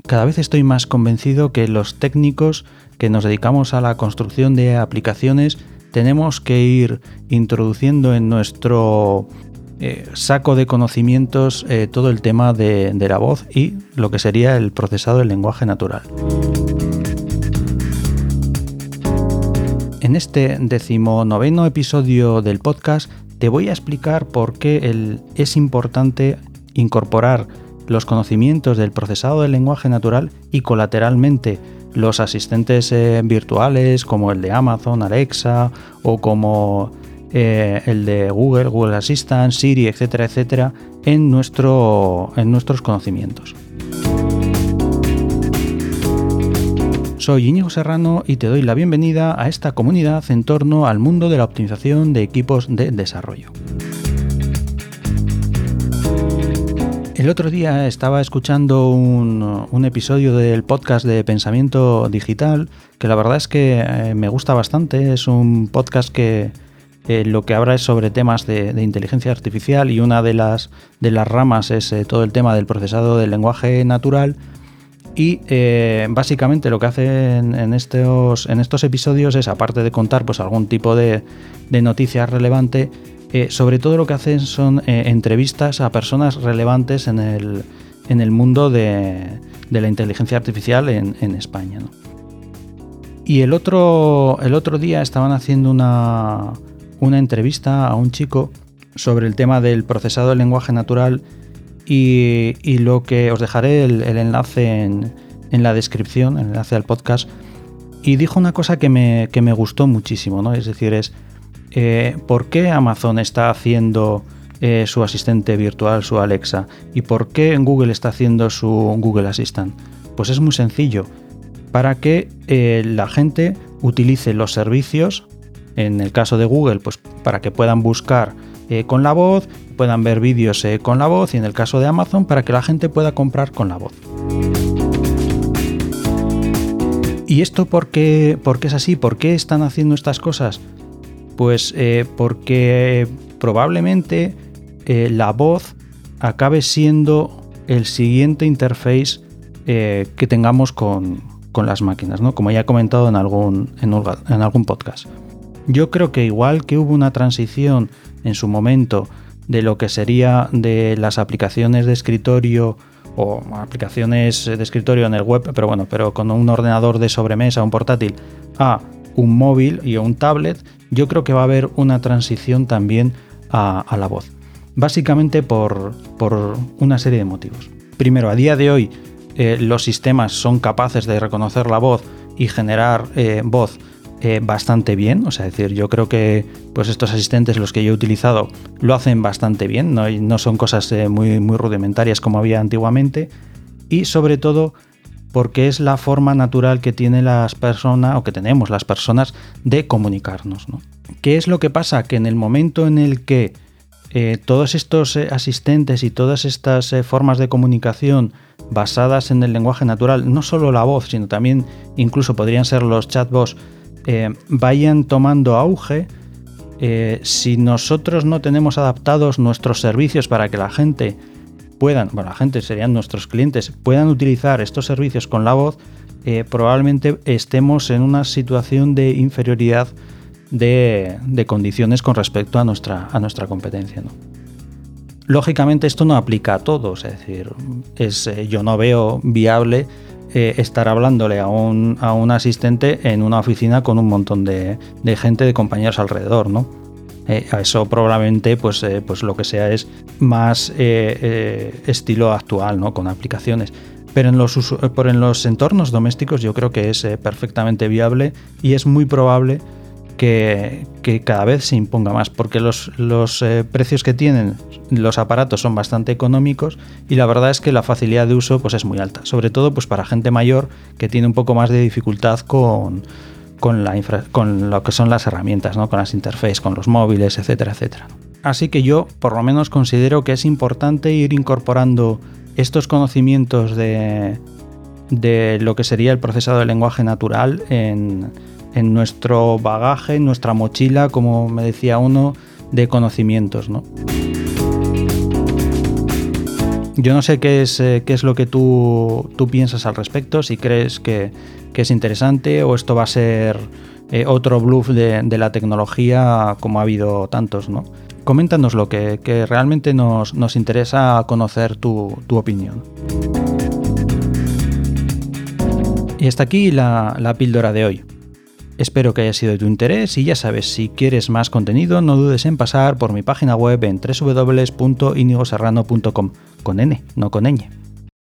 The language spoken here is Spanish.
Cada vez estoy más convencido que los técnicos que nos dedicamos a la construcción de aplicaciones tenemos que ir introduciendo en nuestro saco de conocimientos todo el tema de la voz y lo que sería el procesado del lenguaje natural. En este 19º episodio del podcast te voy a explicar por qué es importante incorporar los conocimientos del procesado del lenguaje natural y colateralmente los asistentes virtuales como el de Amazon, Alexa o como el de Google Assistant, Siri, etcétera, etcétera, en nuestros conocimientos. Soy Íñigo Serrano y te doy la bienvenida a esta comunidad en torno al mundo de la optimización de equipos de desarrollo. El otro día estaba escuchando un episodio del podcast de Pensamiento Digital que la verdad es que me gusta bastante. Es un podcast que lo que habla es sobre temas de inteligencia artificial y una de las ramas es todo el tema del procesado del lenguaje natural. Y básicamente lo que hacen en estos episodios es, aparte de contar pues algún tipo de noticia relevante, sobre todo lo que hacen son entrevistas a personas relevantes en el mundo de la inteligencia artificial en España, ¿no? Y el otro día estaban haciendo una entrevista a un chico sobre el tema del procesado del lenguaje natural y lo que os dejaré el enlace en la descripción, el enlace al podcast, y dijo una cosa que me gustó muchísimo, ¿no? Es decir, ¿por qué Amazon está haciendo su asistente virtual, su Alexa? ¿Y por qué Google está haciendo su Google Assistant? Pues es muy sencillo, para que la gente utilice los servicios, en el caso de Google, pues para que puedan buscar con la voz, puedan ver vídeos con la voz, y en el caso de Amazon, para que la gente pueda comprar con la voz. ¿Y esto por qué es así? ¿Por qué están haciendo estas cosas? Pues porque probablemente la voz acabe siendo el siguiente interface que tengamos con las máquinas, ¿no? Como ya he comentado en algún podcast. Yo creo que igual que hubo una transición en su momento de lo que sería de las aplicaciones de escritorio o aplicaciones de escritorio en el web, pero con un ordenador de sobremesa, un portátil, a un móvil y un tablet, yo creo que va a haber una transición también a la voz. Básicamente por una serie de motivos. Primero, a día de hoy los sistemas son capaces de reconocer la voz y generar voz bastante bien, es decir, yo creo que pues estos asistentes, los que yo he utilizado, lo hacen bastante bien, no son cosas muy, muy rudimentarias como había antiguamente, y sobre todo porque es la forma natural que tiene las personas, o que tenemos las personas, de comunicarnos, ¿no? ¿Qué es lo que pasa? Que en el momento en el que todos estos asistentes y todas estas formas de comunicación basadas en el lenguaje natural, no solo la voz, sino también incluso podrían ser los chatbots, vayan tomando auge, si nosotros no tenemos adaptados nuestros servicios para que la gente la gente serían nuestros clientes, puedan utilizar estos servicios con la voz, probablemente estemos en una situación de inferioridad de condiciones con respecto a nuestra competencia, ¿no? Lógicamente esto no aplica a todos, es decir, yo no veo viable estar hablándole a un asistente en una oficina con un montón de gente, de compañeros alrededor, ¿no? Eso probablemente pues lo que sea es más estilo actual, ¿no? Con aplicaciones. Pero en los entornos domésticos yo creo que es perfectamente viable y es muy probable que cada vez se imponga más, porque los precios que tienen los aparatos son bastante económicos y la verdad es que la facilidad de uso pues es muy alta, sobre todo pues para gente mayor que tiene un poco más de dificultad con lo que son las herramientas, ¿no? Con las interfaces, con los móviles, etcétera, etcétera. Así que yo por lo menos considero que es importante ir incorporando estos conocimientos de lo que sería el procesado del lenguaje natural en nuestro bagaje, en nuestra mochila, como me decía uno, de conocimientos, ¿no? Yo no sé qué es lo que tú piensas al respecto, si crees que es interesante o esto va a ser otro bluff de la tecnología como ha habido tantos, ¿no? Coméntanoslo, que realmente nos interesa conocer tu opinión. Y hasta aquí la píldora de hoy. Espero que haya sido de tu interés y ya sabes, si quieres más contenido no dudes en pasar por mi página web en www.inigoserrano.com, con N, no con ñ.